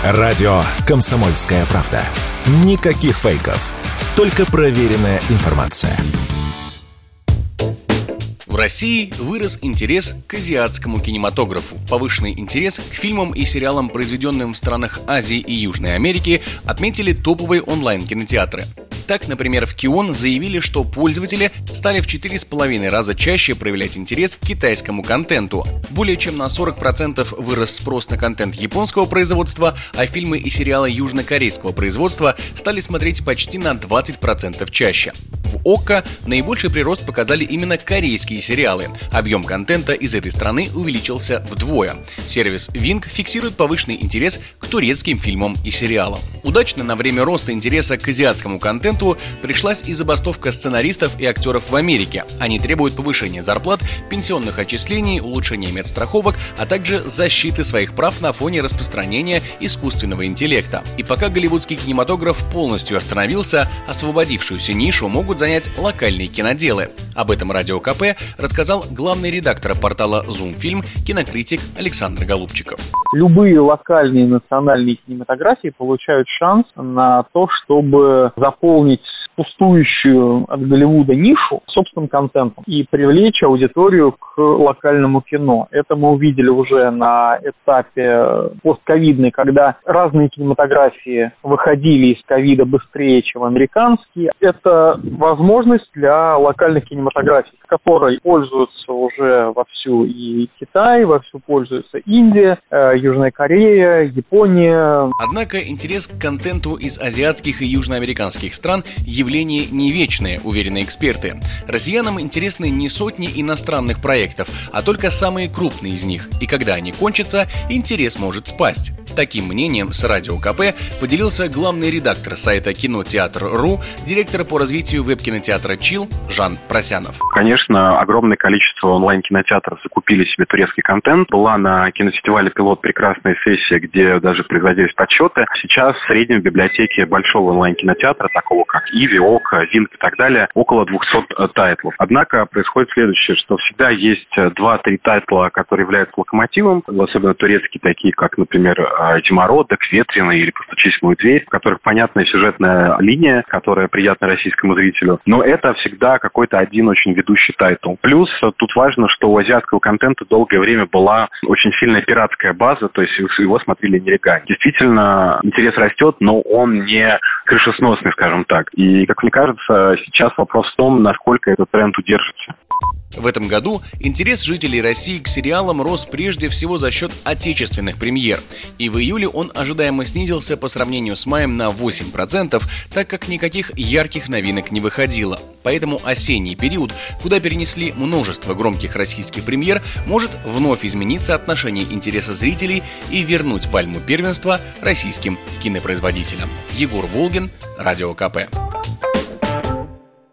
Радио «Комсомольская правда». Никаких фейков. Только проверенная информация. В России вырос интерес к азиатскому кинематографу. Повышенный интерес к фильмам и сериалам, произведенным в странах Азии и Южной Америки, отметили топовые онлайн-кинотеатры. Так, например, в Кион заявили, что пользователи стали в 4,5 раза чаще проявлять интерес к китайскому контенту. Более чем на 40% вырос спрос на контент японского производства, а фильмы и сериалы южнокорейского производства стали смотреть почти на 20% чаще. В ОККО наибольший прирост показали именно корейские сериалы. Объем контента из этой страны увеличился вдвое. Сервис Wink фиксирует повышенный интерес к турецким фильмам и сериалам. Удачно на время роста интереса к азиатскому контенту пришлась и забастовка сценаристов и актеров в Америке. Они требуют повышения зарплат, пенсионных отчислений, улучшения медстраховок, а также защиты своих прав на фоне распространения искусственного интеллекта. И пока голливудский кинематограф полностью остановился, освободившуюся нишу могут занять локальные киноделы. Об этом Радио КП рассказал главный редактор портала Zoom-фильм, кинокритик Александр Голубчиков. Любые локальные национальные кинематографии получают шанс на то, чтобы заполнить пустующую от Голливуда нишу собственным контентом и привлечь аудиторию к локальному кино. Это мы увидели уже на этапе постковидной, когда разные кинематографии выходили из ковида быстрее, чем американские. Это возможность для локальных кинематографий, которой пользуются уже вовсю и Китай, вовсю пользуется Индия, Южная Корея, Япония. Однако интерес к контенту из азиатских и южноамериканских стран – явление не вечное, уверены эксперты. Россиянам интересны не сотни иностранных проектов, а только самые крупные из них. И когда они кончатся, интерес может спасть. Таким мнением с Радио КП поделился главный редактор сайта Кинотеатр.ру, директор по развитию веб-кинотеатра Chill Жан Просянов. Конечно, огромное количество онлайн-кинотеатров закупили себе турецкий контент. Была на кинофестивале «Пилот» прекрасная сессия, где даже производились подсчеты. Сейчас в среднем в библиотеке большого онлайн-кинотеатра, такого как Иви, ОККО, Винк и так далее, около 200 тайтлов. Однако происходит следующее, что всегда есть 2-3 тайтла, которые являются локомотивом, особенно турецкие, такие как, например, «Зимородок», «Ветреный» или «Постучись в мою дверь», в которых понятная сюжетная линия, которая приятна российскому зрителю. Но это всегда какой-то один очень ведущий тайтл. Плюс тут важно, что у азиатского контента долгое время была очень сильная пиратская база, то есть его смотрели нелегально. Действительно, интерес растет, но он не крышесносный, скажем так. И, как мне кажется, сейчас вопрос в том, насколько этот тренд удержится. В этом году интерес жителей России к сериалам рос прежде всего за счет отечественных премьер. И в июле он ожидаемо снизился по сравнению с маем на 8%, так как никаких ярких новинок не выходило. Поэтому осенний период, куда перенесли множество громких российских премьер, может вновь измениться отношение интереса зрителей и вернуть пальму первенства российским кинопроизводителям. Егор Волгин, Радио КП.